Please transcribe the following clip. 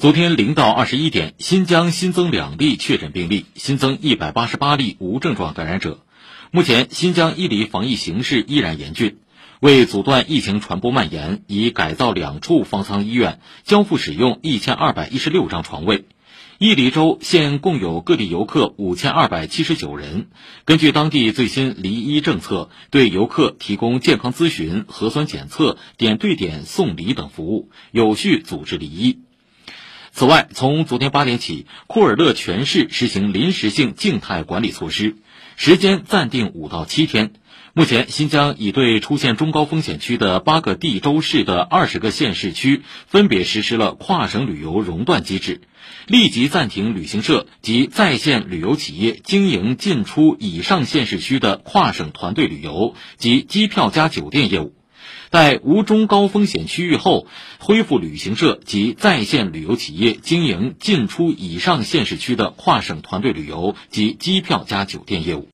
昨天0到21点，新疆新增2例确诊病例，新增188例无症状感染者。目前，新疆伊犁防疫形势依然严峻。为阻断疫情传播蔓延，已改造2处方舱医院，交付使用1216张床位。伊犁州现共有各地游客5279人。根据当地最新离医政策，对游客提供健康咨询、核酸检测、点对点送礼等服务，有序组织离医。此外，从昨天8点起，库尔勒全市实行临时性静态管理措施，时间暂定5到7天。目前，新疆已对出现中高风险区的8个地州市的20个县市区分别实施了跨省旅游熔断机制，立即暂停旅行社及在线旅游企业经营进出以上县市区的跨省团队旅游及机票加酒店业务。待无中高风险区域后，恢复旅行社及在线旅游企业经营进出以上县市区的跨省团队旅游及机票加酒店业务。